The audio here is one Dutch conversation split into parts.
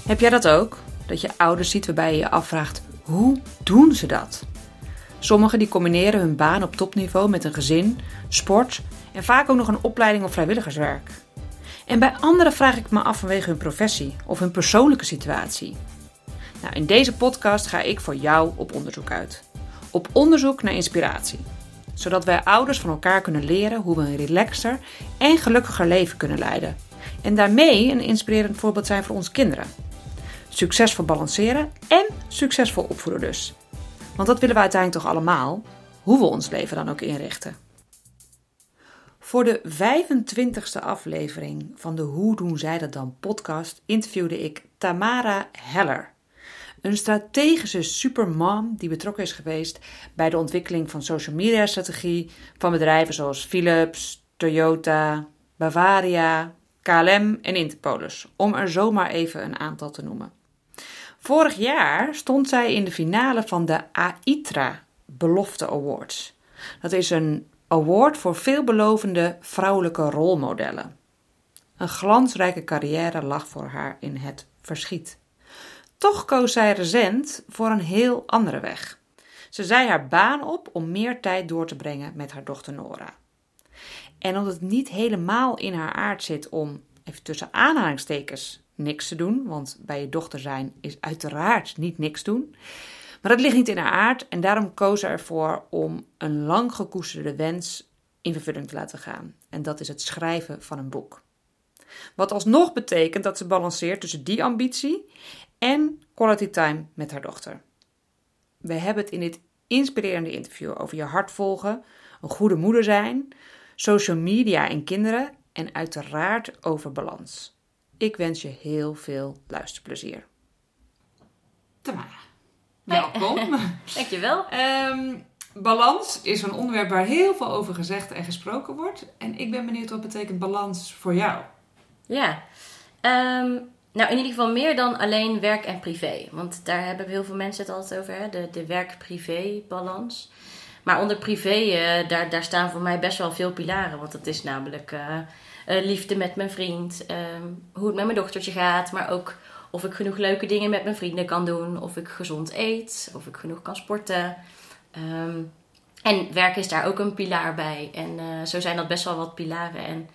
Heb jij dat ook? Dat je ouders ziet waarbij je je afvraagt, hoe doen ze dat? Sommigen die combineren hun baan op topniveau met een gezin, sport en vaak ook nog een opleiding of vrijwilligerswerk. En bij anderen vraag ik me af vanwege hun professie of hun persoonlijke situatie. Nou, in deze podcast ga ik voor jou op onderzoek uit. Op onderzoek naar inspiratie. Zodat wij ouders van elkaar kunnen leren hoe we een relaxer en gelukkiger leven kunnen leiden. En daarmee een inspirerend voorbeeld zijn voor onze kinderen. Succesvol balanceren en succesvol opvoeden dus. Want dat willen we uiteindelijk toch allemaal, hoe we ons leven dan ook inrichten. Voor de 25e aflevering van de Hoe doen zij dat dan podcast interviewde ik Tamara Heller. Een strategische supermom die betrokken is geweest bij de ontwikkeling van social media strategie van bedrijven zoals Philips, Toyota, Bavaria, KLM en Interpolis, om er zomaar even een aantal te noemen. Vorig jaar stond zij in de finale van de AITRA Belofte Awards. Dat is een award voor veelbelovende vrouwelijke rolmodellen. Een glansrijke carrière lag voor haar in het verschiet. Toch koos zij recent voor een heel andere weg. Ze zei haar baan op om meer tijd door te brengen met haar dochter Nora. En omdat het niet helemaal in haar aard zit om, even tussen aanhalingstekens, niks te doen, want bij je dochter zijn is uiteraard niet niks doen. Maar dat ligt niet in haar aard en daarom koos ze ervoor om een lang gekoesterde wens in vervulling te laten gaan. En dat is het schrijven van een boek. Wat alsnog betekent dat ze balanceert tussen die ambitie en quality time met haar dochter. We hebben het in dit inspirerende interview over je hart volgen, een goede moeder zijn, social media en kinderen en uiteraard over balans. Ik wens je heel veel luisterplezier. Tamara, welkom. Dankjewel. Balans is een onderwerp waar heel veel over gezegd en gesproken wordt. En ik ben benieuwd wat betekent balans voor jou? Ja, nou in ieder geval meer dan alleen werk en privé. Want daar hebben heel veel mensen het altijd over, hè? De werk-privé balans. Maar onder privé, daar staan voor mij best wel veel pilaren. Want dat is namelijk liefde met mijn vriend, hoe het met mijn dochtertje gaat. Maar ook of ik genoeg leuke dingen met mijn vrienden kan doen. Of ik gezond eet, of ik genoeg kan sporten. En werk is daar ook een pilaar bij. En zo zijn dat best wel wat pilaren. En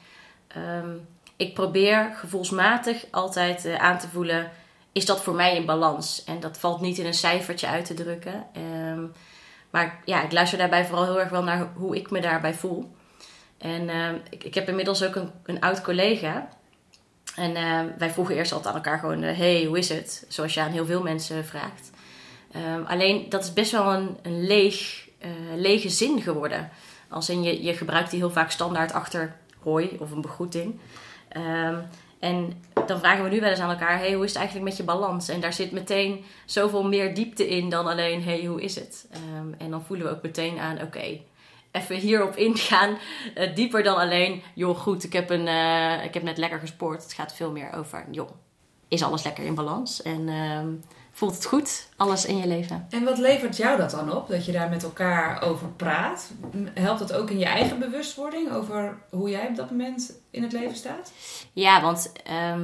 ik probeer gevoelsmatig altijd aan te voelen, is dat voor mij in balans? En dat valt niet in een cijfertje uit te drukken. Maar ja, ik luister daarbij vooral heel erg wel naar hoe ik me daarbij voel. En ik heb inmiddels ook een oud collega. En wij vroegen eerst altijd aan elkaar gewoon, hey, hoe is het? Zoals je aan heel veel mensen vraagt. Alleen, dat is best wel een lege zin geworden. Als in, je gebruikt die heel vaak standaard achter hoi of een begroeting. En dan vragen we nu wel eens aan elkaar, hey, hoe is het eigenlijk met je balans? En daar zit meteen zoveel meer diepte in dan alleen, hey, hoe is het? En dan voelen we ook meteen aan, oké, even hierop ingaan. Dieper dan alleen, joh, goed, ik heb net lekker gesport. Het gaat veel meer over, joh, is alles lekker in balans? En voelt het goed, alles in je leven? En wat levert jou dat dan op, dat je daar met elkaar over praat? Helpt dat ook in je eigen bewustwording over hoe jij op dat moment in het leven staat? Ja, want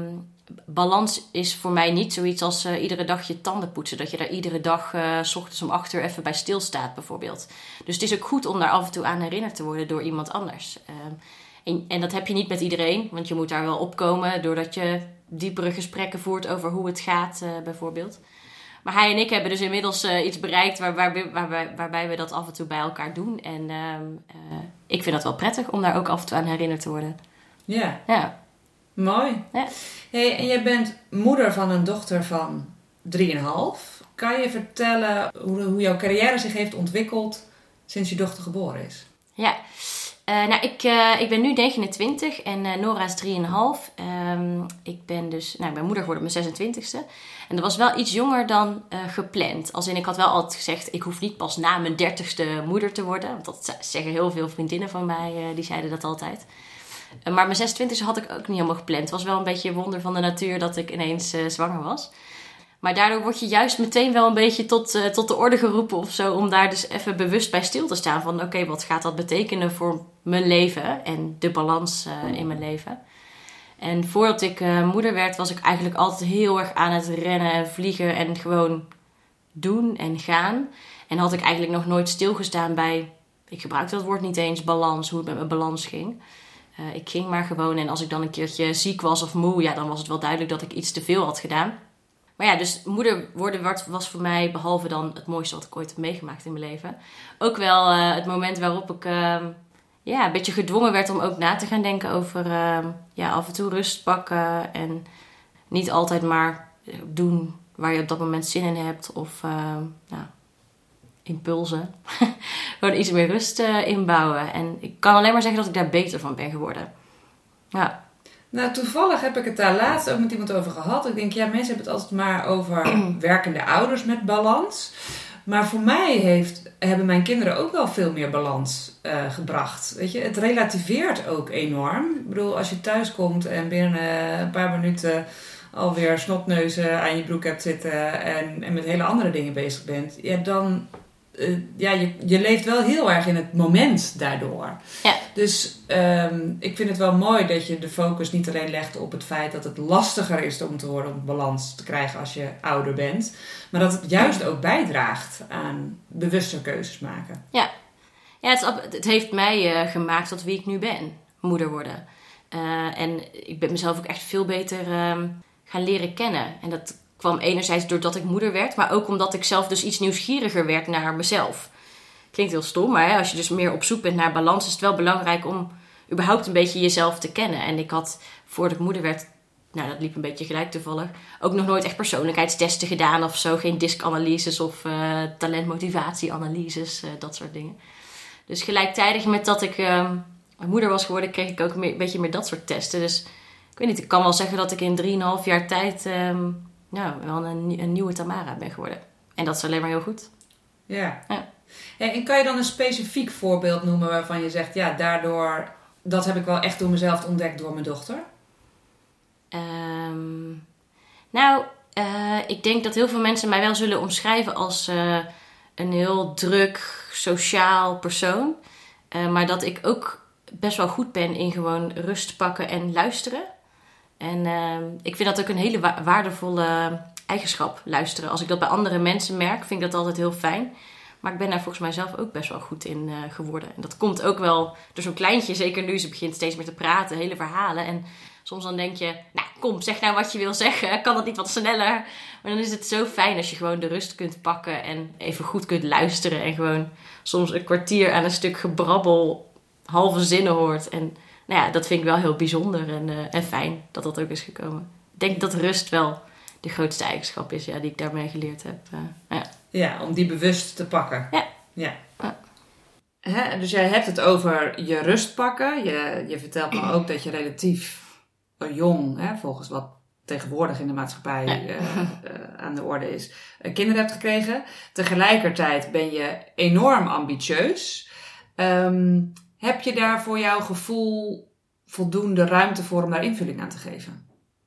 balans is voor mij niet zoiets als iedere dag je tanden poetsen. Dat je daar iedere dag 's ochtends om 8 uur even bij stilstaat bijvoorbeeld. Dus het is ook goed om daar af en toe aan herinnerd te worden door iemand anders. En dat heb je niet met iedereen, want je moet daar wel opkomen doordat je diepere gesprekken voert over hoe het gaat bijvoorbeeld. Maar hij en ik hebben dus inmiddels iets bereikt waarbij we dat af en toe bij elkaar doen. En ik vind dat wel prettig om daar ook af en toe aan herinnerd te worden. Ja. Ja. Mooi. Ja. Hey, en jij bent moeder van een dochter van 3,5. Kan je vertellen hoe jouw carrière zich heeft ontwikkeld sinds je dochter geboren is? Ja. Nou, ik ben nu 29 en Nora is 3,5. Ik ben moeder geworden op mijn 26e. En dat was wel iets jonger dan gepland. Als in, ik had wel altijd gezegd, ik hoef niet pas na mijn 30ste moeder te worden. Want dat zeggen heel veel vriendinnen van mij, die zeiden dat altijd. Maar mijn 26e had ik ook niet helemaal gepland. Het was wel een beetje een wonder van de natuur dat ik ineens zwanger was. Maar daardoor word je juist meteen wel een beetje tot de orde geroepen of zo. Om daar dus even bewust bij stil te staan. Van oké, wat gaat dat betekenen voor mijn leven en de balans in mijn leven. En voordat ik moeder werd, was ik eigenlijk altijd heel erg aan het rennen en vliegen en gewoon doen en gaan. En had ik eigenlijk nog nooit stilgestaan bij, ik gebruikte dat woord niet eens, balans, hoe het met mijn balans ging. Ik ging maar gewoon en als ik dan een keertje ziek was of moe, ja, dan was het wel duidelijk dat ik iets te veel had gedaan. Maar ja, dus moeder worden was voor mij, behalve dan het mooiste wat ik ooit heb meegemaakt in mijn leven, ook wel het moment waarop ik een beetje gedwongen werd om ook na te gaan denken over af en toe rust pakken en niet altijd maar doen waar je op dat moment zin in hebt of impulsen. Gewoon iets meer rust inbouwen. En ik kan alleen maar zeggen dat ik daar beter van ben geworden. Ja. Nou, toevallig heb ik het daar laatst ook met iemand over gehad. Ik denk, mensen hebben het altijd maar over werkende ouders met balans. Maar voor mij hebben mijn kinderen ook wel veel meer balans gebracht. Weet je, het relativeert ook enorm. Ik bedoel, als je thuis komt en binnen een paar minuten alweer snotneuzen aan je broek hebt zitten en met hele andere dingen bezig bent, dan je leeft wel heel erg in het moment daardoor. Ja. Dus ik vind het wel mooi dat je de focus niet alleen legt op het feit dat het lastiger is om te worden om balans te krijgen als je ouder bent, maar dat het juist ook bijdraagt aan bewuster keuzes maken. Ja, het heeft mij gemaakt tot wie ik nu ben, moeder worden. En ik ben mezelf ook echt veel beter gaan leren kennen. En dat kwam enerzijds doordat ik moeder werd, maar ook omdat ik zelf dus iets nieuwsgieriger werd naar mezelf. Klinkt heel stom, maar als je dus meer op zoek bent naar balans, is het wel belangrijk om überhaupt een beetje jezelf te kennen. En ik had, voordat ik moeder werd, dat liep een beetje gelijk toevallig, ook nog nooit echt persoonlijkheidstesten gedaan of zo. Geen DISC-analyses of talentmotivatieanalyses, dat soort dingen. Dus gelijktijdig met dat ik moeder was geworden, kreeg ik ook een beetje meer dat soort testen. Dus ik weet niet, ik kan wel zeggen dat ik in 3,5 jaar tijd wel een nieuwe Tamara ben geworden. En dat is alleen maar heel goed. Ja. En kan je dan een specifiek voorbeeld noemen waarvan je zegt, daardoor, dat heb ik wel echt door mezelf ontdekt door mijn dochter? Ik denk dat heel veel mensen mij wel zullen omschrijven als een heel druk, sociaal persoon. Maar dat ik ook best wel goed ben in gewoon rust pakken en luisteren. En ik vind dat ook een hele waardevolle eigenschap, luisteren. Als ik dat bij andere mensen merk, vind ik dat altijd heel fijn. Maar ik ben daar volgens mij zelf ook best wel goed in geworden. En dat komt ook wel door zo'n kleintje, zeker nu. Ze begint steeds meer te praten, hele verhalen. En soms dan denk je, kom, zeg nou wat je wil zeggen. Kan dat niet wat sneller? Maar dan is het zo fijn als je gewoon de rust kunt pakken en even goed kunt luisteren. En gewoon soms een kwartier aan een stuk gebrabbel, halve zinnen hoort. En dat vind ik wel heel bijzonder en fijn dat dat ook is gekomen. Ik denk dat rust wel de grootste eigenschap is die ik daarmee geleerd heb. Ja, om die bewust te pakken. Ja. Dus jij hebt het over je rust pakken. Je vertelt me ook dat je relatief jong, volgens wat tegenwoordig in de maatschappij aan de orde is, kinderen hebt gekregen. Tegelijkertijd ben je enorm ambitieus. Heb je daar voor jouw gevoel voldoende ruimte voor om daar invulling aan te geven?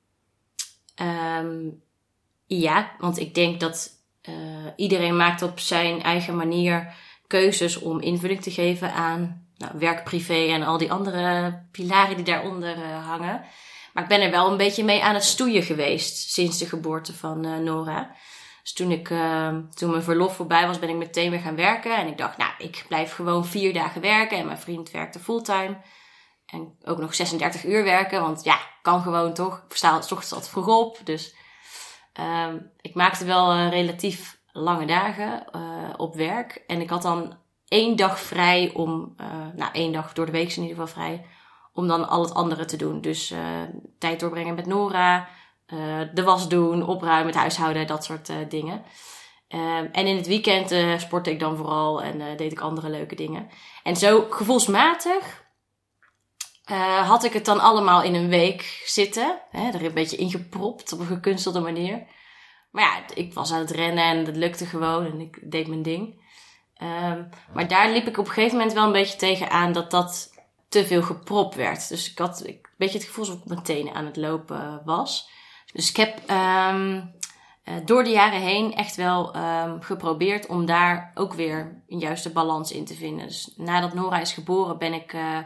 Ja, want ik denk dat iedereen maakt op zijn eigen manier keuzes om invulling te geven aan werk, privé en al die andere pilaren die daaronder hangen. Maar ik ben er wel een beetje mee aan het stoeien geweest sinds de geboorte van Nora. Dus toen mijn verlof voorbij was, ben ik meteen weer gaan werken. En ik dacht, ik blijf gewoon 4 dagen werken. En mijn vriend werkte fulltime. En ook nog 36 uur werken, want kan gewoon toch. Ik sta 's ochtends altijd vroeg op. Dus ik maakte wel relatief lange dagen op werk. En ik had dan 1 dag vrij om, 1 dag door de week is in ieder geval vrij, om dan al het andere te doen. Dus tijd doorbrengen met Nora, de was doen, opruimen, het huishouden, dat soort dingen. En in het weekend sportte ik dan vooral en deed ik andere leuke dingen. En zo gevoelsmatig had ik het dan allemaal in een week zitten. Er een beetje ingepropt op een gekunstelde manier. Maar ik was aan het rennen en dat lukte gewoon en ik deed mijn ding. Maar daar liep ik op een gegeven moment wel een beetje tegenaan dat te veel gepropt werd. Dus ik had een beetje het gevoel alsof ik op mijn tenen aan het lopen was. Dus ik heb door de jaren heen echt wel geprobeerd om daar ook weer een juiste balans in te vinden. Dus nadat Nora is geboren ben ik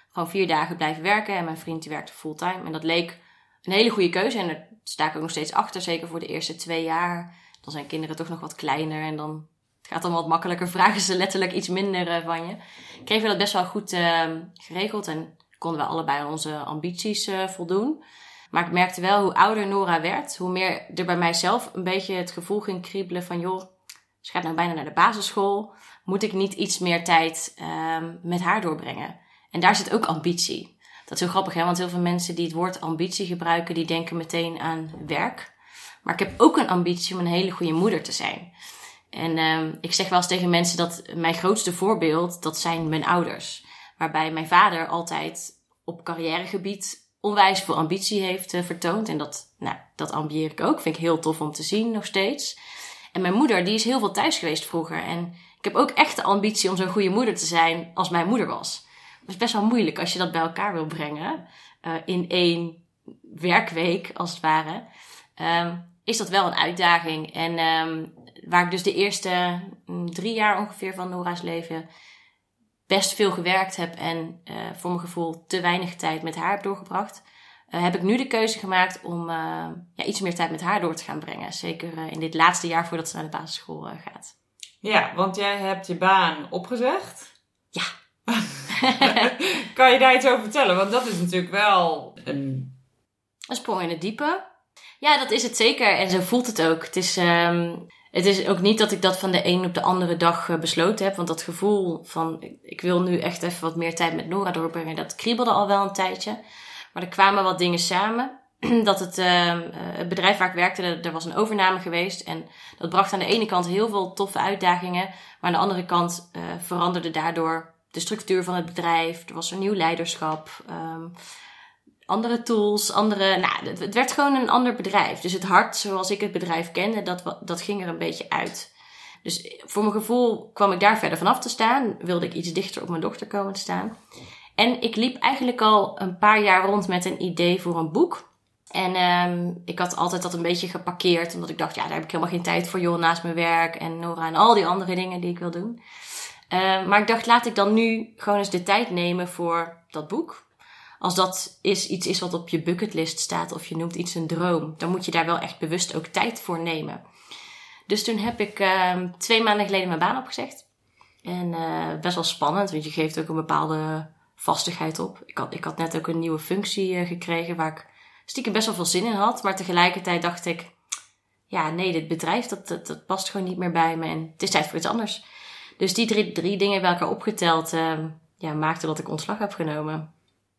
gewoon 4 dagen blijven werken. En mijn vriend die werkte fulltime. En dat leek een hele goede keuze. En daar sta ik ook nog steeds achter. Zeker voor de eerste 2 jaar. Dan zijn kinderen toch nog wat kleiner. En dan gaat dan wat makkelijker. Vragen ze letterlijk iets minder van je. Kregen we dat best wel goed geregeld. En konden we allebei aan onze ambities voldoen. Maar ik merkte wel hoe ouder Nora werd. Hoe meer er bij mijzelf een beetje het gevoel ging kriebelen van... joh, ze gaat nou bijna naar de basisschool. Moet ik niet iets meer tijd met haar doorbrengen? En daar zit ook ambitie. Dat is heel grappig, hè? Want heel veel mensen die het woord ambitie gebruiken... die denken meteen aan werk. Maar ik heb ook een ambitie om een hele goede moeder te zijn. En ik zeg wel eens tegen mensen dat mijn grootste voorbeeld... dat zijn mijn ouders. Waarbij mijn vader altijd op carrièregebied... onwijs veel ambitie heeft vertoond. En dat ambieer ik ook. Vind ik heel tof om te zien nog steeds. En mijn moeder, die is heel veel thuis geweest vroeger. En ik heb ook echt de ambitie om zo'n goede moeder te zijn als mijn moeder was. Dat is best wel moeilijk als je dat bij elkaar wil brengen. In 1 werkweek, als het ware. Is dat wel een uitdaging. En waar ik dus de eerste 3 jaar ongeveer van Nora's leven... best veel gewerkt heb en voor mijn gevoel te weinig tijd met haar heb doorgebracht... heb ik nu de keuze gemaakt om iets meer tijd met haar door te gaan brengen. Zeker in dit laatste jaar voordat ze naar de basisschool gaat. Ja, want jij hebt je baan opgezegd. Ja. Kan je daar iets over vertellen? Want dat is natuurlijk wel een sprong in het diepe. Ja, dat is het zeker. En zo voelt het ook. Het is ook niet dat ik dat van de een op de andere dag besloten heb. Want dat gevoel van, ik wil nu echt even wat meer tijd met Nora doorbrengen. Dat kriebelde al wel een tijdje. Maar er kwamen wat dingen samen. Dat het bedrijf waar ik werkte, er was een overname geweest. En dat bracht aan de ene kant heel veel toffe uitdagingen. Maar aan de andere kant veranderde daardoor de structuur van het bedrijf. Er was een nieuw leiderschap. Andere tools, het werd gewoon een ander bedrijf. Dus het hart, zoals ik het bedrijf kende, dat ging er een beetje uit. Dus voor mijn gevoel kwam ik daar verder vanaf te staan. Wilde ik iets dichter op mijn dochter komen te staan. En ik liep eigenlijk al een paar jaar rond met een idee voor een boek. En ik had altijd dat een beetje geparkeerd. Omdat ik dacht, ja, daar heb ik helemaal geen tijd voor, joh, naast mijn werk en Nora en al die andere dingen die ik wil doen. Maar ik dacht, laat ik dan nu gewoon eens de tijd nemen voor dat boek. Als dat iets is wat op je bucketlist staat of je noemt iets een droom, dan moet je daar wel echt bewust ook tijd voor nemen. Dus toen heb ik 2 maanden geleden mijn baan opgezegd. En best wel spannend, want je geeft ook een bepaalde vastigheid op. Ik had net ook een nieuwe functie gekregen waar ik stiekem best wel veel zin in had. Maar tegelijkertijd dacht ik, ja nee, dit bedrijf dat past gewoon niet meer bij me en het is tijd voor iets anders. Dus die drie dingen bij elkaar opgeteld maakte dat ik ontslag heb genomen.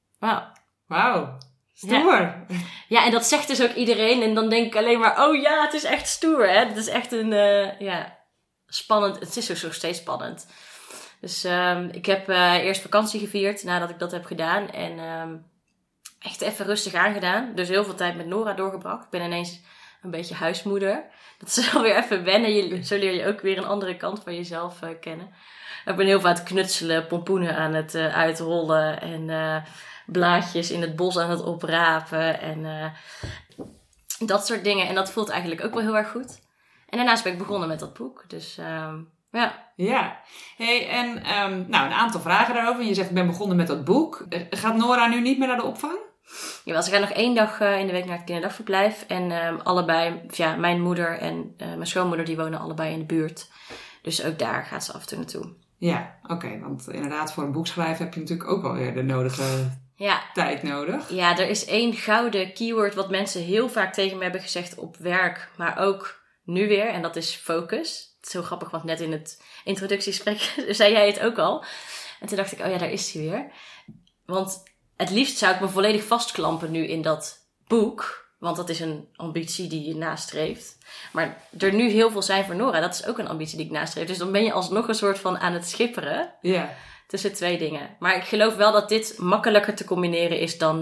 Wauw, stoer. Ja, en dat zegt dus ook iedereen. En dan denk ik alleen maar, oh ja, het is echt stoer. Hè? Het is echt spannend. Het is ook nog steeds spannend. Dus ik heb eerst vakantie gevierd nadat ik dat heb gedaan. En echt even rustig aangedaan. Dus heel veel tijd met Nora doorgebracht. Ik ben ineens een beetje huismoeder. Dat is wel weer even wennen. Zo leer je ook weer een andere kant van jezelf kennen. Ik ben heel veel aan het knutselen, pompoenen aan het uitrollen en blaadjes in het bos aan het oprapen en dat soort dingen. En dat voelt eigenlijk ook wel heel erg goed. En daarnaast ben ik begonnen met dat boek. Dus ja. Ja. Hey, en een aantal vragen daarover. Je zegt, ik ben begonnen met dat boek. Gaat Nora nu niet meer naar de opvang? Jawel, ze gaan nog 1 dag in de week naar het kinderdagverblijf. En allebei, mijn moeder en mijn schoonmoeder, die wonen allebei in de buurt. Dus ook daar gaat ze af en toe naartoe. Ja, oké. Want inderdaad, voor een boek schrijven heb je natuurlijk ook wel weer de nodige tijd nodig. Ja, er is 1 gouden keyword wat mensen heel vaak tegen me hebben gezegd op werk, maar ook nu weer. En dat is focus. Het is heel grappig, want net in het introductiegesprek zei jij het ook al. En toen dacht ik, oh ja, daar is hij weer. Want het liefst zou ik me volledig vastklampen nu in dat boek. Want dat is een ambitie die je nastreeft. Maar er nu heel veel zijn voor Nora, dat is ook een ambitie die ik nastreef. Dus dan ben je alsnog een soort van aan het schipperen. Ja. Tussen 2 dingen. Maar ik geloof wel dat dit makkelijker te combineren is dan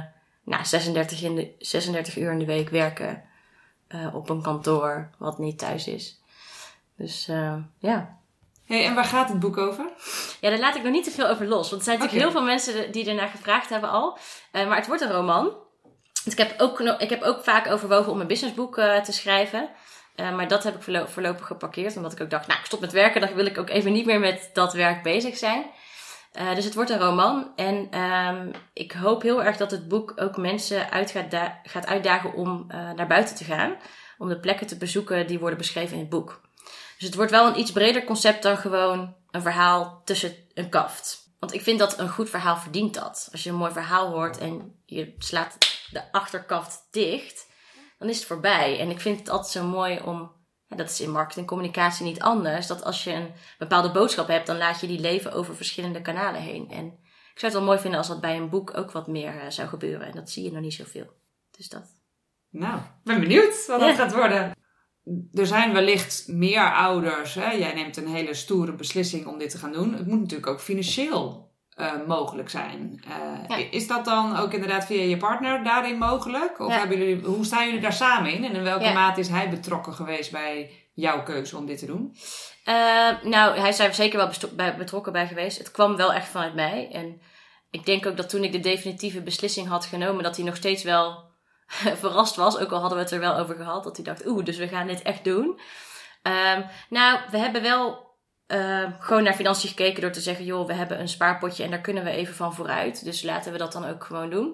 36 uur in de week werken. Op een kantoor wat niet thuis is. Dus ja. Hey, en waar gaat het boek over? Ja, daar laat ik nog niet te veel over los. Want er zijn natuurlijk heel veel mensen die ernaar gevraagd hebben al. Maar het wordt een roman. Ik heb ook vaak overwogen om een businessboek te schrijven. Maar dat heb ik voorlopig geparkeerd. Omdat ik ook dacht, ik stop met werken. Dan wil ik ook even niet meer met dat werk bezig zijn. Dus het wordt een roman. En ik hoop heel erg dat het boek ook mensen gaat uitdagen om naar buiten te gaan. Om de plekken te bezoeken die worden beschreven in het boek. Dus het wordt wel een iets breder concept dan gewoon een verhaal tussen een kaft. Want ik vind dat een goed verhaal verdient dat. Als je een mooi verhaal hoort en je slaat de achterkaft dicht, dan is het voorbij. En ik vind het altijd zo mooi om, dat is in marketing en communicatie niet anders, dat als je een bepaalde boodschap hebt, dan laat je die leven over verschillende kanalen heen. En ik zou het wel mooi vinden als dat bij een boek ook wat meer zou gebeuren. En dat zie je nog niet zoveel. Dus dat. Nou, ik ben benieuwd wat dat gaat worden. Er zijn wellicht meer ouders. Hè? Jij neemt een hele stoere beslissing om dit te gaan doen. Het moet natuurlijk ook financieel mogelijk zijn. Is dat dan ook inderdaad via je partner daarin mogelijk? Of hoe staan jullie daar samen in? En in welke mate is hij betrokken geweest bij jouw keuze om dit te doen? Nou, hij is daar zeker wel betrokken bij geweest. Het kwam wel echt vanuit mij. En ik denk ook dat toen ik de definitieve beslissing had genomen, dat hij nog steeds wel verrast was. Ook al hadden we het er wel over gehad. Dat hij dacht, dus we gaan dit echt doen. Nou, we hebben wel gewoon naar financiën gekeken door te zeggen, joh, we hebben een spaarpotje en daar kunnen we even van vooruit. Dus laten we dat dan ook gewoon doen.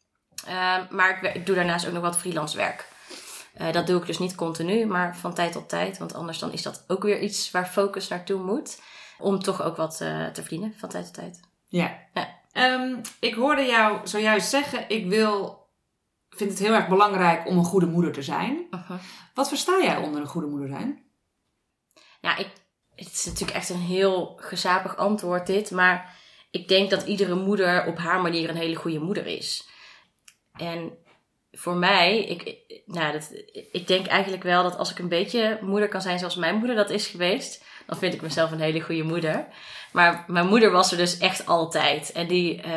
Maar ik doe daarnaast ook nog wat freelance werk. Dat doe ik dus niet continu, maar van tijd tot tijd. Want anders dan is dat ook weer iets waar focus naartoe moet. Om toch ook wat te verdienen van tijd tot tijd. Ja. Ik hoorde jou zojuist zeggen, vind het heel erg belangrijk om een goede moeder te zijn. Uh-huh. Wat versta jij onder een goede moeder zijn? Ja, het is natuurlijk echt een heel gezapig antwoord dit. Maar ik denk dat iedere moeder op haar manier een hele goede moeder is. En voor mij, ik denk eigenlijk wel dat als ik een beetje moeder kan zijn zoals mijn moeder dat is geweest, dan vind ik mezelf een hele goede moeder. Maar mijn moeder was er dus echt altijd. En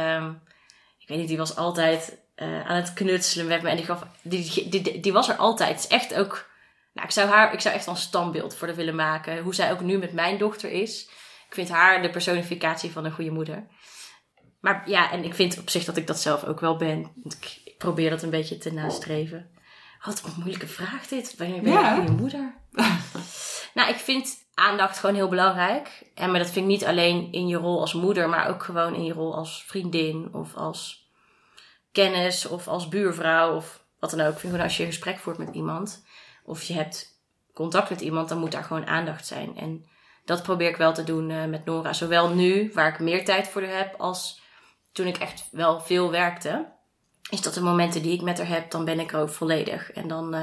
die was altijd aan het knutselen met me. En die was er altijd. Het is echt ook, ik zou echt wel een standbeeld voor haar willen maken. Hoe zij ook nu met mijn dochter is. Ik vind haar de personificatie van een goede moeder. Maar ja, en ik vind op zich dat ik dat zelf ook wel ben. Ik probeer dat een beetje te nastreven. Wat een moeilijke vraag dit. Wanneer ben je een goede moeder? Nou, ik vind aandacht gewoon heel belangrijk. Maar dat vind ik niet alleen in je rol als moeder, maar ook gewoon in je rol als vriendin of als kennis of als buurvrouw of wat dan ook. Ik vind gewoon als je een gesprek voert met iemand of je hebt contact met iemand, dan moet daar gewoon aandacht zijn. En dat probeer ik wel te doen met Nora. Zowel nu, waar ik meer tijd voor haar heb, als toen ik echt wel veel werkte. Is dat de momenten die ik met haar heb, dan ben ik er ook volledig. En dan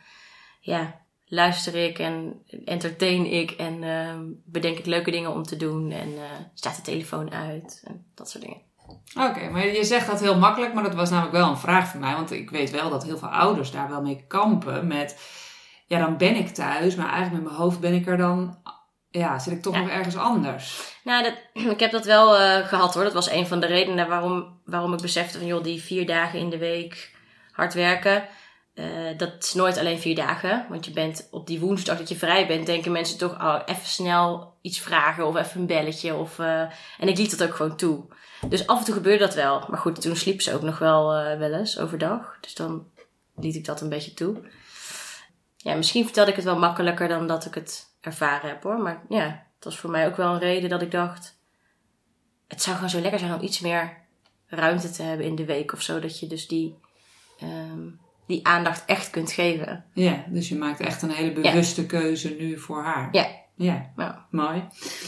luister ik en entertain ik en bedenk ik leuke dingen om te doen. En staat de telefoon uit en dat soort dingen. Oké, maar je zegt dat heel makkelijk, maar dat was namelijk wel een vraag van mij. Want ik weet wel dat heel veel ouders daar wel mee kampen met, dan ben ik thuis, maar eigenlijk met mijn hoofd ben ik er dan, zit ik toch nog ergens anders. Nou, ik heb dat wel gehad hoor. Dat was een van de redenen waarom ik besefte van, joh, die 4 dagen in de week hard werken, dat is nooit alleen 4 dagen. Want je bent op die woensdag dat je vrij bent, denken mensen toch, even snel iets vragen of even een belletje. En ik liet dat ook gewoon toe. Dus af en toe gebeurde dat wel. Maar goed, toen sliep ze ook nog wel eens overdag. Dus dan liet ik dat een beetje toe. Ja, misschien vertelde ik het wel makkelijker dan dat ik het ervaren heb hoor. Maar ja, het was voor mij ook wel een reden dat ik dacht, het zou gewoon zo lekker zijn om iets meer ruimte te hebben in de week of zo. Dat je dus die aandacht echt kunt geven. Ja, dus je maakt echt een hele bewuste keuze nu voor haar. Ja, mooi.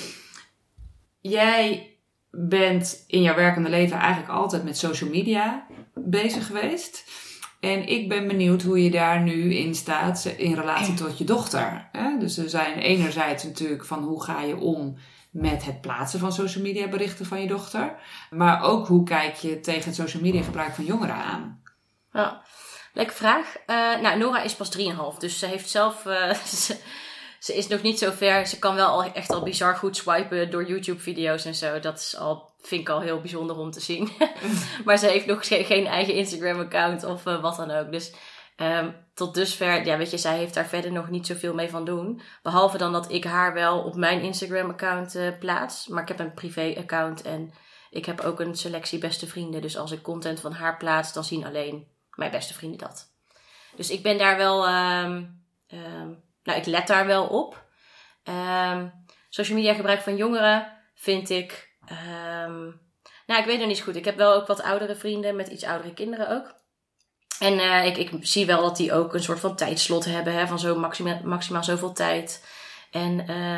Jij bent in jouw werkende leven eigenlijk altijd met social media bezig geweest. En ik ben benieuwd hoe je daar nu in staat in relatie tot je dochter. Dus er zijn enerzijds natuurlijk van hoe ga je om met het plaatsen van social media berichten van je dochter. Maar ook hoe kijk je tegen het social media gebruik van jongeren aan? Ja, leuke vraag. Nora is pas 3,5. Dus ze heeft zelf... Ze is nog niet zo ver. Ze kan wel echt al bizar goed swipen door YouTube-video's en zo. Dat is vind ik al heel bijzonder om te zien. Maar ze heeft nog geen eigen Instagram-account of wat dan ook. Dus tot dusver, zij heeft daar verder nog niet zoveel mee van doen. Behalve dan dat ik haar wel op mijn Instagram-account plaats. Maar ik heb een privé-account en ik heb ook een selectie beste vrienden. Dus als ik content van haar plaats, dan zien alleen mijn beste vrienden dat. Dus ik ben daar wel... ik let daar wel op. Social media gebruik van jongeren vind ik Nou, ik weet nog niet zo goed. Ik heb wel ook wat oudere vrienden met iets oudere kinderen ook. En ik zie wel dat die ook een soort van tijdslot hebben. Hè, van zo maximaal zoveel tijd. En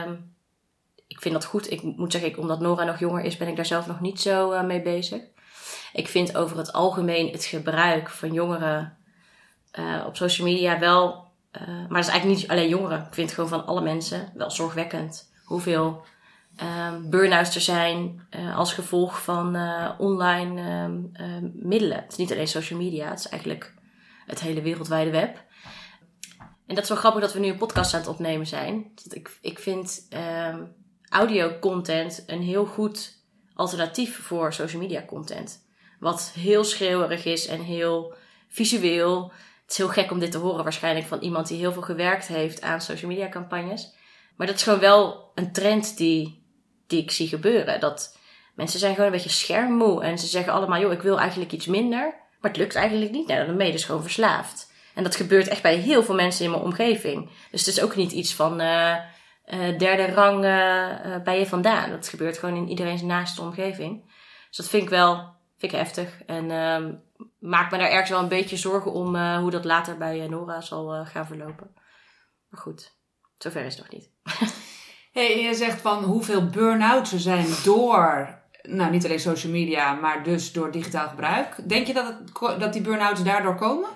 ik vind dat goed. Ik moet zeggen, omdat Nora nog jonger is, ben ik daar zelf nog niet zo mee bezig. Ik vind over het algemeen het gebruik van jongeren op social media wel... maar dat is eigenlijk niet alleen jongeren. Ik vind het gewoon van alle mensen wel zorgwekkend. Hoeveel burn-outs er zijn als gevolg van online middelen. Het is niet alleen social media, het is eigenlijk het hele wereldwijde web. En dat is wel grappig dat we nu een podcast aan het opnemen zijn. Ik vind audio-content een heel goed alternatief voor social media content. Wat heel schreeuwerig is en heel visueel. Het is heel gek om dit te horen waarschijnlijk van iemand die heel veel gewerkt heeft aan social media campagnes. Maar dat is gewoon wel een trend die ik zie gebeuren. Dat mensen zijn gewoon een beetje schermmoe. En ze zeggen allemaal, joh, ik wil eigenlijk iets minder. Maar het lukt eigenlijk niet. Nou, dan ben je dus gewoon verslaafd. En dat gebeurt echt bij heel veel mensen in mijn omgeving. Dus het is ook niet iets van derde rang bij je vandaan. Dat gebeurt gewoon in iedereen's naaste omgeving. Dus dat vind ik heftig. En maak me daar ergens wel een beetje zorgen om hoe dat later bij Nora zal gaan verlopen. Maar goed, zover is het nog niet. Hey, je zegt van hoeveel burn-outs er zijn door, nou niet alleen social media, maar dus door digitaal gebruik. Denk je dat die burn-outs daardoor komen?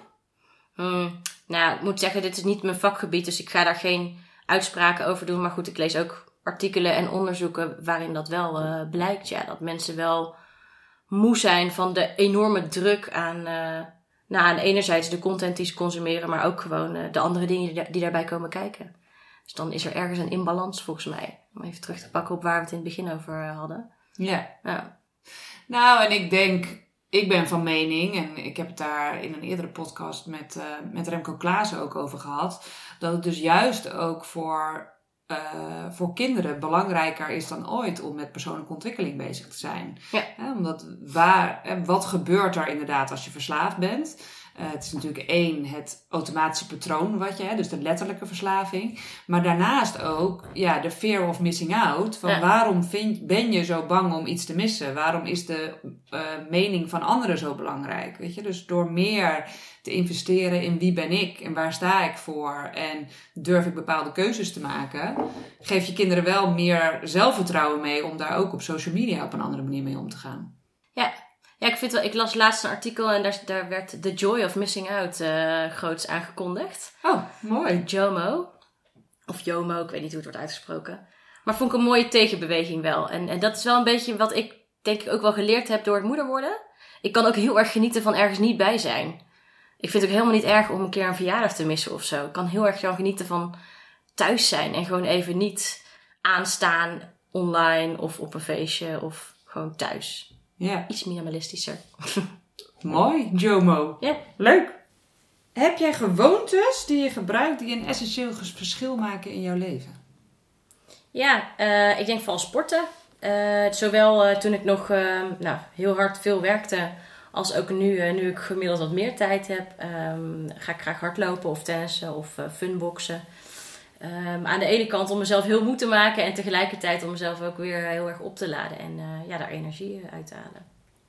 Nou, ik moet zeggen, dit is niet mijn vakgebied, dus ik ga daar geen uitspraken over doen. Maar goed, ik lees ook artikelen en onderzoeken waarin dat wel blijkt. Ja, dat mensen wel moe zijn van de enorme druk aan enerzijds de content die ze consumeren, maar ook gewoon de andere dingen die daarbij komen kijken. Dus dan is er ergens een imbalans volgens mij. Om even terug te pakken op waar we het in het begin over hadden. Ja. Ja. Nou, en ik ben van mening, en ik heb het daar in een eerdere podcast met Remco Klaassen ook over gehad, dat het dus juist ook voor kinderen belangrijker is dan ooit om met persoonlijke ontwikkeling bezig te zijn. Ja. Omdat wat gebeurt er inderdaad als je verslaafd bent? Het is natuurlijk het automatische patroon dus de letterlijke verslaving. Maar daarnaast ook de fear of missing out. Van waarom ben je zo bang om iets te missen? Waarom is de mening van anderen zo belangrijk? Weet je? Dus door meer te investeren in wie ben ik en waar sta ik voor en durf ik bepaalde keuzes te maken, geef je kinderen wel meer zelfvertrouwen mee om daar ook op social media op een andere manier mee om te gaan. Ja, ik las laatst een artikel en daar werd The Joy of Missing Out groots aangekondigd. Oh, mooi. JOMO. Of JOMO, ik weet niet hoe het wordt uitgesproken. Maar vond ik een mooie tegenbeweging wel. En dat is wel een beetje wat ik denk ik ook wel geleerd heb door het moeder worden. Ik kan ook heel erg genieten van ergens niet bij zijn. Ik vind het ook helemaal niet erg om een keer een verjaardag te missen of zo. Ik kan heel erg genieten van thuis zijn en gewoon even niet aanstaan online of op een feestje of gewoon thuis. Ja. Iets minimalistischer. Mooi, JOMO. Ja. Leuk. Heb jij gewoontes die je gebruikt die een essentieel verschil maken in jouw leven? Ja, ik denk vooral sporten. Zowel toen ik nog heel hard veel werkte, als ook nu ik gemiddeld wat meer tijd heb, ga ik graag hardlopen of tennissen of funboxen. Aan de ene kant om mezelf heel moe te maken en tegelijkertijd om mezelf ook weer heel erg op te laden en daar energie uit te halen.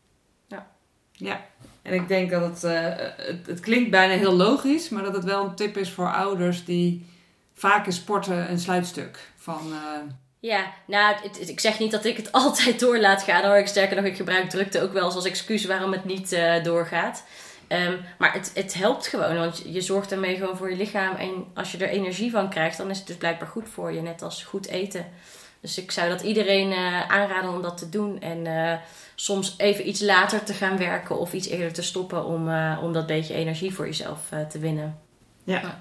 Ja, en ik denk dat het klinkt bijna heel logisch, maar dat het wel een tip is voor ouders die vaak is sporten een sluitstuk van... Ja, nou, ik zeg niet dat ik het altijd door laat gaan hoor. Sterker nog, ik gebruik drukte ook wel eens als excuus waarom het niet doorgaat. Maar het helpt gewoon, want je zorgt daarmee gewoon voor je lichaam. En als je er energie van krijgt, dan is het dus blijkbaar goed voor je. Net als goed eten. Dus ik zou dat iedereen aanraden om dat te doen. En soms even iets later te gaan werken of iets eerder te stoppen om dat beetje energie voor jezelf te winnen. Ja.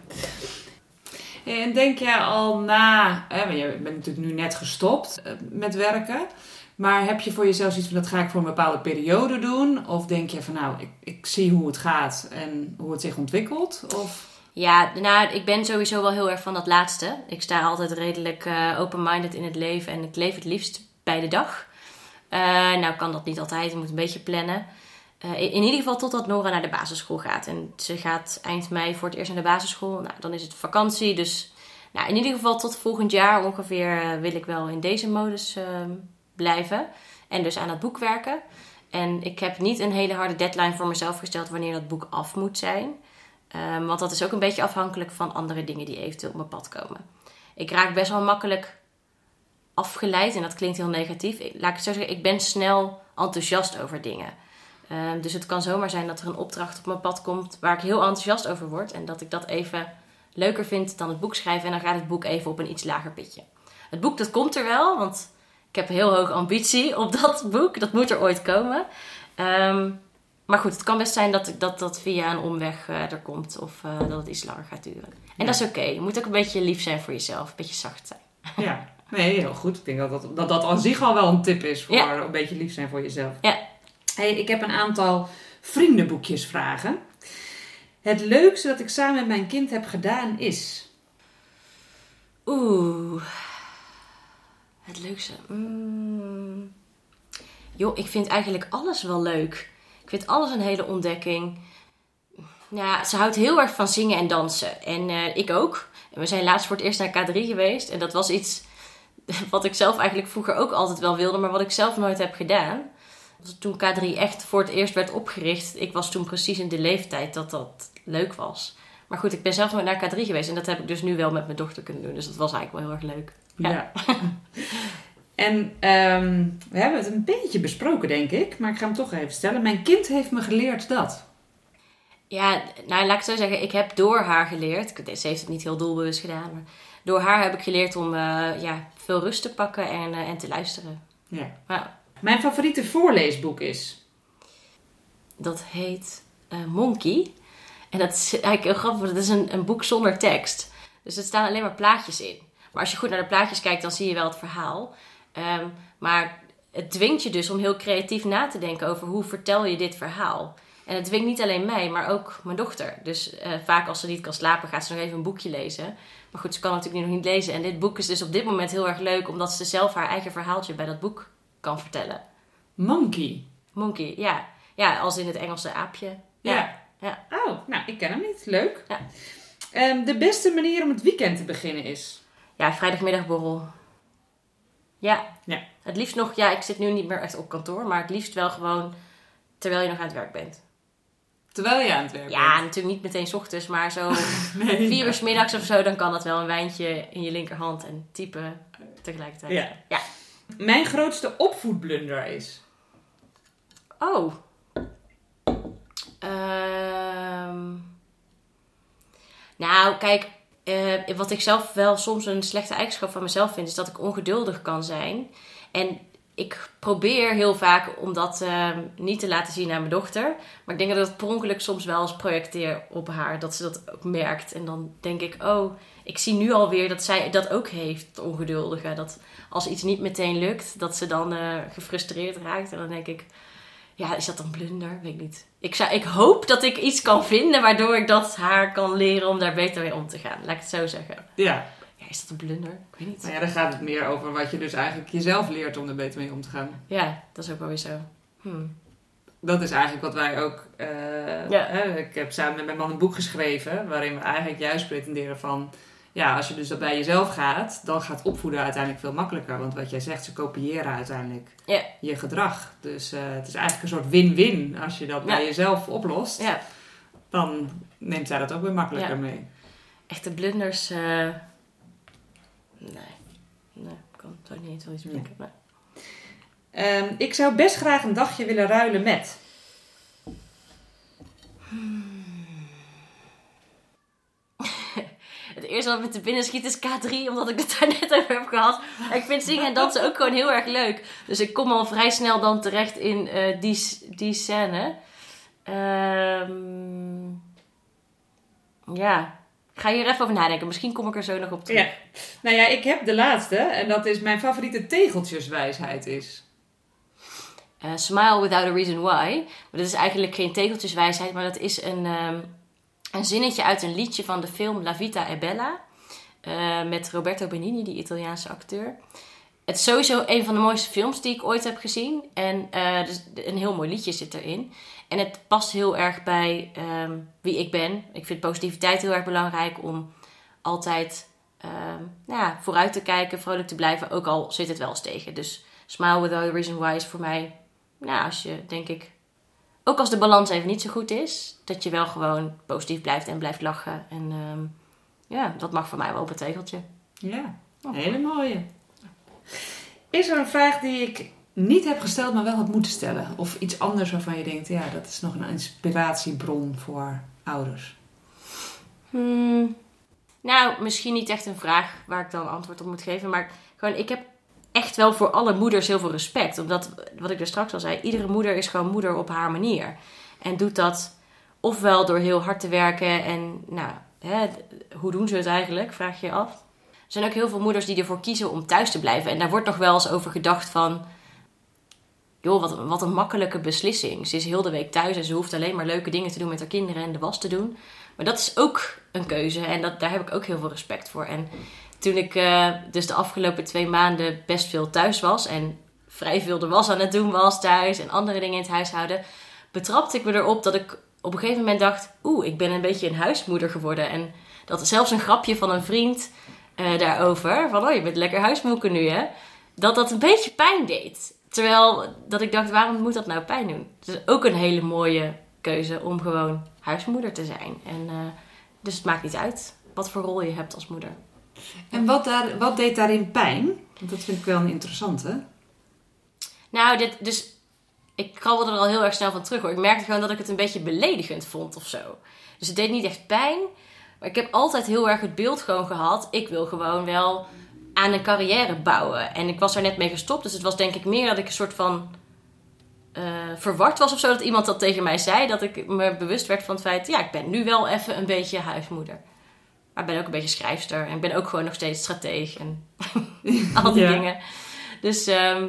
En denk jij al na, je bent natuurlijk nu net gestopt met werken, maar heb je voor jezelf zoiets van dat ga ik voor een bepaalde periode doen? Of denk je van ik zie hoe het gaat en hoe het zich ontwikkelt? Of... Ja, ik ben sowieso wel heel erg van dat laatste. Ik sta altijd redelijk open-minded in het leven en ik leef het liefst bij de dag. Nou kan dat niet altijd, je moet een beetje plannen. In ieder geval totdat Nora naar de basisschool gaat. En ze gaat eind mei voor het eerst naar de basisschool. Nou, dan is het vakantie. Dus in ieder geval tot volgend jaar ongeveer wil ik wel in deze modus blijven. En dus aan het boek werken. En ik heb niet een hele harde deadline voor mezelf gesteld wanneer dat boek af moet zijn. Want dat is ook een beetje afhankelijk van andere dingen die eventueel op mijn pad komen. Ik raak best wel makkelijk afgeleid en dat klinkt heel negatief. Laat ik het zo zeggen, ik ben snel enthousiast over dingen. Dus het kan zomaar zijn dat er een opdracht op mijn pad komt waar ik heel enthousiast over word. En dat ik dat even leuker vind dan het boek schrijven. En dan gaat het boek even op een iets lager pitje. Het boek, dat komt er wel, want ik heb een heel hoge ambitie op dat boek. Dat moet er ooit komen. Maar goed, het kan best zijn dat via een omweg er komt. Of dat het iets langer gaat duren. En dat is oké. Je moet ook een beetje lief zijn voor jezelf. Een beetje zacht zijn. Ja, nee, heel goed. Ik denk dat aan zich al wel een tip is voor een beetje lief zijn voor jezelf. Ja. Hey, ik heb een aantal vriendenboekjes vragen. Het leukste dat ik samen met mijn kind heb gedaan is... Het leukste. Joh, ik vind eigenlijk alles wel leuk. Ik vind alles een hele ontdekking. Ja, ze houdt heel erg van zingen en dansen. En ik ook. En we zijn laatst voor het eerst naar K3 geweest. En dat was iets wat ik zelf eigenlijk vroeger ook altijd wel wilde. Maar wat ik zelf nooit heb gedaan. Toen K3 echt voor het eerst werd opgericht. Ik was toen precies in de leeftijd dat leuk was. Maar goed, ik ben zelf nooit naar K3 geweest. En dat heb ik dus nu wel met mijn dochter kunnen doen. Dus dat was eigenlijk wel heel erg leuk. Ja. En we hebben het een beetje besproken, denk ik. Maar ik ga hem toch even stellen. Mijn kind heeft me geleerd dat. Ja, nou laat ik het zo zeggen. Ik heb door haar geleerd. Ze heeft het niet heel doelbewust gedaan. Maar door haar heb ik geleerd om veel rust te pakken en te luisteren. Ja. Ja. Mijn favoriete voorleesboek is? Dat heet Monkey. En dat is eigenlijk heel grappig. Dat is een boek zonder tekst. Dus er staan alleen maar plaatjes in. Maar als je goed naar de plaatjes kijkt, dan zie je wel het verhaal. Maar het dwingt je dus om heel creatief na te denken over hoe vertel je dit verhaal. En het dwingt niet alleen mij, maar ook mijn dochter. Dus vaak als ze niet kan slapen, gaat ze nog even een boekje lezen. Maar goed, ze kan natuurlijk nog niet lezen. En dit boek is dus op dit moment heel erg leuk, omdat ze zelf haar eigen verhaaltje bij dat boek kan vertellen. Monkey, ja. Ja, als in het Engelse aapje. Ja. Oh, nou, ik ken hem niet. Leuk. Ja. De beste manier om het weekend te beginnen is? Ja, vrijdagmiddagborrel. Ja. Het liefst nog, ik zit nu niet meer echt op kantoor, maar het liefst wel gewoon terwijl je nog aan het werk bent. Terwijl je aan het werk bent? Ja, natuurlijk niet meteen 's ochtends, maar zo 4 uur 's middags of zo, dan kan dat wel een wijntje in je linkerhand en typen tegelijkertijd. Ja. Mijn grootste opvoedblunder is? Oh. Nou, kijk, wat ik zelf wel soms een slechte eigenschap van mezelf vind, is dat ik ongeduldig kan zijn. En ik probeer heel vaak om dat niet te laten zien aan mijn dochter. Maar ik denk dat ik per ongeluk soms wel eens projecteer op haar. Dat ze dat ook merkt. En dan denk ik, ik zie nu alweer dat zij dat ook heeft, het ongeduldige. Dat als iets niet meteen lukt, dat ze dan gefrustreerd raakt. En dan denk ik, ja, is dat een blunder? Weet ik niet. Ik hoop dat ik iets kan vinden waardoor ik dat haar kan leren om daar beter mee om te gaan. Laat ik het zo zeggen. Ja. Ja, is dat een blunder? Ik weet niet. Nou ja, dan gaat het meer over wat je dus eigenlijk jezelf leert om er beter mee om te gaan. Ja, dat is ook wel weer zo. Dat is eigenlijk wat wij ook... ik heb samen met mijn man een boek geschreven waarin we eigenlijk juist pretenderen van... Ja, als je dus dat bij jezelf gaat, dan gaat opvoeden uiteindelijk veel makkelijker. Want wat jij zegt, ze kopiëren uiteindelijk je gedrag. Dus het is eigenlijk een soort win-win. Als je dat bij jezelf oplost, dan neemt zij dat ook weer makkelijker mee. Echte blunders... Nee, zou ik niet zo iets bedenken. Nee. Ik zou best graag een dagje willen ruilen met... Het eerste wat me te binnen schiet is K3, omdat ik het daar net over heb gehad. Maar ik vind zingen en dansen ook gewoon heel erg leuk. Dus ik kom al vrij snel dan terecht in die scène. Ik ga hier even over nadenken. Misschien kom ik er zo nog op terug. Ja. Nou ja, ik heb de laatste. En dat is mijn favoriete tegeltjeswijsheid is... Smile without a reason why. Maar dat is eigenlijk geen tegeltjeswijsheid, maar dat is een zinnetje uit een liedje van de film La Vita è Bella. Met Roberto Benigni, die Italiaanse acteur. Het is sowieso een van de mooiste films die ik ooit heb gezien. En dus een heel mooi liedje zit erin. En het past heel erg bij wie ik ben. Ik vind positiviteit heel erg belangrijk om altijd vooruit te kijken, vrolijk te blijven. Ook al zit het wel eens tegen. Dus Smile Without a Reason Why is voor mij... Nou, als je, denk ik... Ook als de balans even niet zo goed is... dat je wel gewoon positief blijft en blijft lachen. En dat mag voor mij wel op het tegeltje. Ja, hele mooie. Is er een vraag die ik niet heb gesteld, maar wel had moeten stellen? Of iets anders waarvan je denkt... ja, dat is nog een inspiratiebron voor ouders? Nou, misschien niet echt een vraag waar ik dan antwoord op moet geven. Maar gewoon, ik heb echt wel voor alle moeders heel veel respect. Omdat, wat ik er straks al zei, iedere moeder is gewoon moeder op haar manier. En doet dat ofwel door heel hard te werken en, hoe doen ze het eigenlijk, vraag je je af. Er zijn ook heel veel moeders die ervoor kiezen om thuis te blijven. En daar wordt nog wel eens over gedacht van... joh, wat een makkelijke beslissing. Ze is heel de week thuis en ze hoeft alleen maar leuke dingen te doen met haar kinderen en de was te doen. Maar dat is ook een keuze en daar heb ik ook heel veel respect voor. En toen ik dus de afgelopen 2 maanden best veel thuis was... en vrij veel de was aan het doen was thuis en andere dingen in het huishouden... betrapte ik me erop dat ik op een gegeven moment dacht... ik ben een beetje een huismoeder geworden. En dat zelfs een grapje van een vriend daarover... van, je bent lekker huismoeken nu, hè... dat een beetje pijn deed. Terwijl dat ik dacht, waarom moet dat nou pijn doen? Het is ook een hele mooie keuze om gewoon huismoeder te zijn. En, dus het maakt niet uit wat voor rol je hebt als moeder. En wat deed daarin pijn? Want dat vind ik wel een interessante. Nou, ik krabbelde er al heel erg snel van terug hoor. Ik merkte gewoon dat ik het een beetje beledigend vond of zo. Dus het deed niet echt pijn. Maar ik heb altijd heel erg het beeld gewoon gehad. Ik wil gewoon wel aan een carrière bouwen. En ik was daar net mee gestopt. Dus het was denk ik meer dat ik een soort van verward was of zo. Dat iemand dat tegen mij zei. Dat ik me bewust werd van het feit... ja, ik ben nu wel even een beetje huismoeder. Maar ik ben ook een beetje schrijfster. En ik ben ook gewoon nog steeds strateeg. En al die dingen. Dus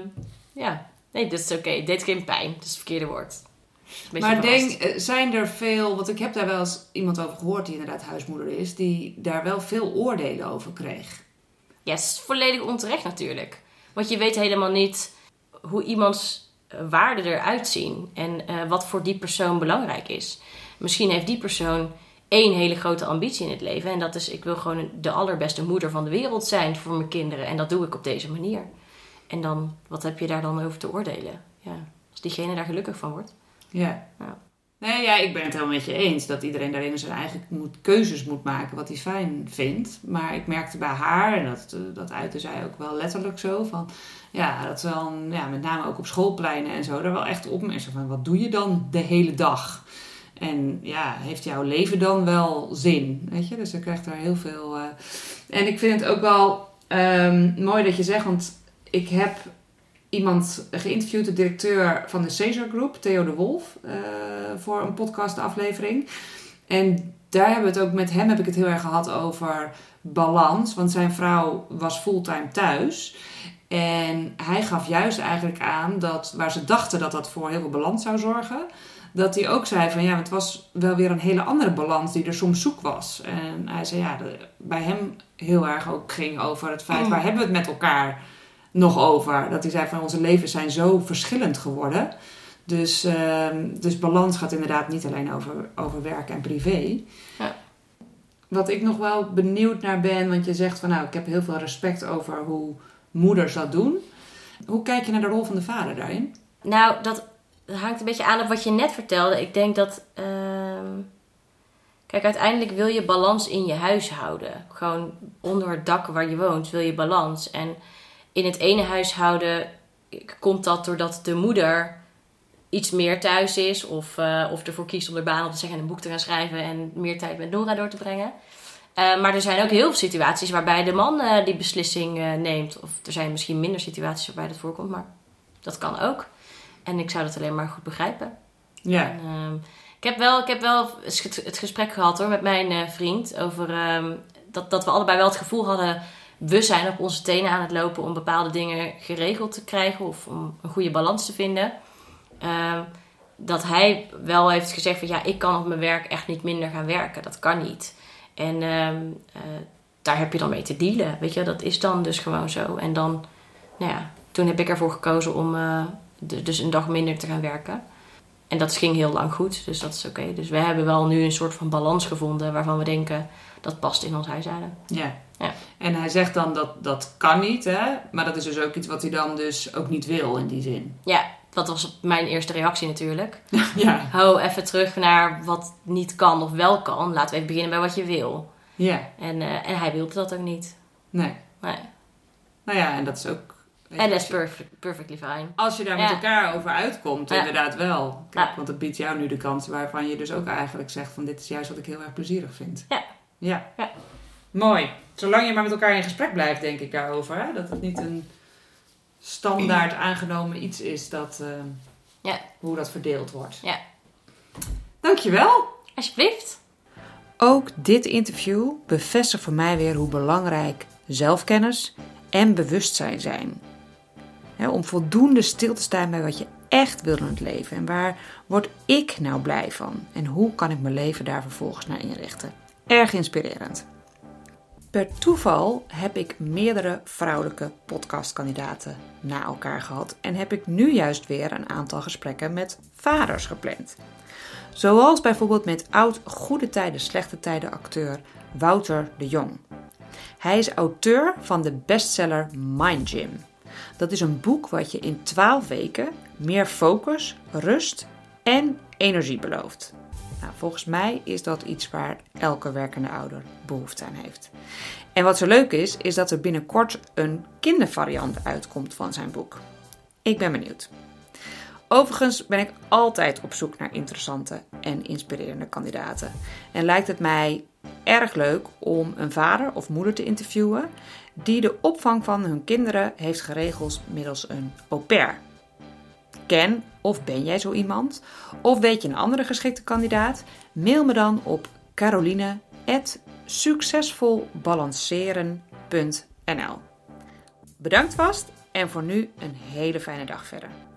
nee, dat is oké. Het deed geen pijn. Dat is het verkeerde woord. Maar zijn er veel... Want ik heb daar wel eens iemand over gehoord die inderdaad huismoeder is. Die daar wel veel oordelen over kreeg. Ja, het is volledig onterecht natuurlijk. Want je weet helemaal niet hoe iemands waarden eruit zien. En wat voor die persoon belangrijk is. Misschien heeft die persoon 1 hele grote ambitie in het leven. En dat is, ik wil gewoon de allerbeste moeder van de wereld zijn voor mijn kinderen. En dat doe ik op deze manier. En dan, wat heb je daar dan over te oordelen? Ja, als diegene daar gelukkig van wordt. Ja. Nee, ja, ik ben het helemaal met je eens. Dat iedereen daarin zijn eigen keuzes moet maken wat hij fijn vindt. Maar ik merkte bij haar, en dat uitte zij ook wel letterlijk zo. Van, ja, dat wel, met name ook op schoolpleinen en zo. Daar wel echt opmerken van, wat doe je dan de hele dag? En ja, heeft jouw leven dan wel zin? Weet je, dus ik krijg daar heel veel... En ik vind het ook wel mooi dat je zegt, want ik heb iemand geïnterviewd, de directeur van de Caesar Group, Theo de Wolf, voor een podcastaflevering. En daar hebben we het ook met hem, heb ik het heel erg gehad over balans. Want zijn vrouw was fulltime thuis. En hij gaf juist eigenlijk aan dat waar ze dachten dat dat voor heel veel balans zou zorgen, dat hij ook zei van het was wel weer een hele andere balans die er soms zoek was. En hij zei bij hem heel erg ook ging over het feit, waar hebben we het met elkaar nog over? Dat hij zei van onze levens zijn zo verschillend geworden. Dus balans gaat inderdaad niet alleen over werk en privé. Ja. Wat ik nog wel benieuwd naar ben, want je zegt van ik heb heel veel respect over hoe moeders dat doen. Hoe kijk je naar de rol van de vader daarin? Nou, dat hangt een beetje aan op wat je net vertelde. Ik denk dat... Kijk, uiteindelijk wil je balans in je huis houden. Gewoon onder het dak waar je woont wil je balans. En in het ene huishouden komt dat doordat de moeder iets meer thuis is. Of ervoor kiest om de baan op te zeggen en een boek te gaan schrijven. En meer tijd met Nora door te brengen. Maar er zijn ook heel veel situaties waarbij de man die beslissing neemt. Of er zijn misschien minder situaties waarbij dat voorkomt. Maar dat kan ook. En ik zou dat alleen maar goed begrijpen. Ja. En, ik heb wel het gesprek gehad hoor, met mijn vriend. Over dat we allebei wel het gevoel hadden, we zijn op onze tenen aan het lopen om bepaalde dingen geregeld te krijgen. Of om een goede balans te vinden. Dat hij wel heeft gezegd van ik kan op mijn werk echt niet minder gaan werken. Dat kan niet. En daar heb je dan mee te dealen. Weet je, dat is dan dus gewoon zo. En dan, toen heb ik ervoor gekozen om dus een dag minder te gaan werken. En dat ging heel lang goed, dus dat is oké. Dus we hebben wel nu een soort van balans gevonden waarvan we denken dat past in ons huishouden. Ja. Ja. En hij zegt dan dat kan niet, hè? Maar dat is dus ook iets wat hij dan dus ook niet wil in die zin. Ja, dat was mijn eerste reactie natuurlijk. Ja. Hou even terug naar wat niet kan of wel kan. Laten we even beginnen bij wat je wil. Ja. En hij wilde dat ook niet. Nee. Nee. Nou ja, en dat is ook... En dat is perfectly fine. Als je daar met elkaar over uitkomt, Ja. inderdaad wel. Kijk, Ja. want het biedt jou nu de kans waarvan je dus ook eigenlijk zegt van dit is juist wat ik heel erg plezierig vind. Ja. Ja. Ja. Mooi. Zolang je maar met elkaar in gesprek blijft, denk ik daarover. Hè? Dat het niet een standaard aangenomen iets is dat hoe dat verdeeld wordt. Ja. Dankjewel. Alsjeblieft. Ook dit interview bevestigt voor mij weer hoe belangrijk zelfkennis en bewustzijn zijn. Om voldoende stil te staan bij wat je echt wil in het leven. En waar word ik nou blij van? En hoe kan ik mijn leven daar vervolgens naar inrichten? Erg inspirerend. Per toeval heb ik meerdere vrouwelijke podcastkandidaten na elkaar gehad. En heb ik nu juist weer een aantal gesprekken met vaders gepland. Zoals bijvoorbeeld met oud Goede Tijden, Slechte Tijden acteur Wouter de Jong. Hij is auteur van de bestseller Mind Gym. Dat is een boek wat je in 12 weken meer focus, rust en energie belooft. Nou, volgens mij is dat iets waar elke werkende ouder behoefte aan heeft. En wat zo leuk is dat er binnenkort een kindervariant uitkomt van zijn boek. Ik ben benieuwd. Overigens ben ik altijd op zoek naar interessante en inspirerende kandidaten. En lijkt het mij erg leuk om een vader of moeder te interviewen die de opvang van hun kinderen heeft geregeld middels een au pair. Ken of ben jij zo iemand? Of weet je een andere geschikte kandidaat? Mail me dan op caroline@succesvolbalanceren.nl. Bedankt vast en voor nu een hele fijne dag verder.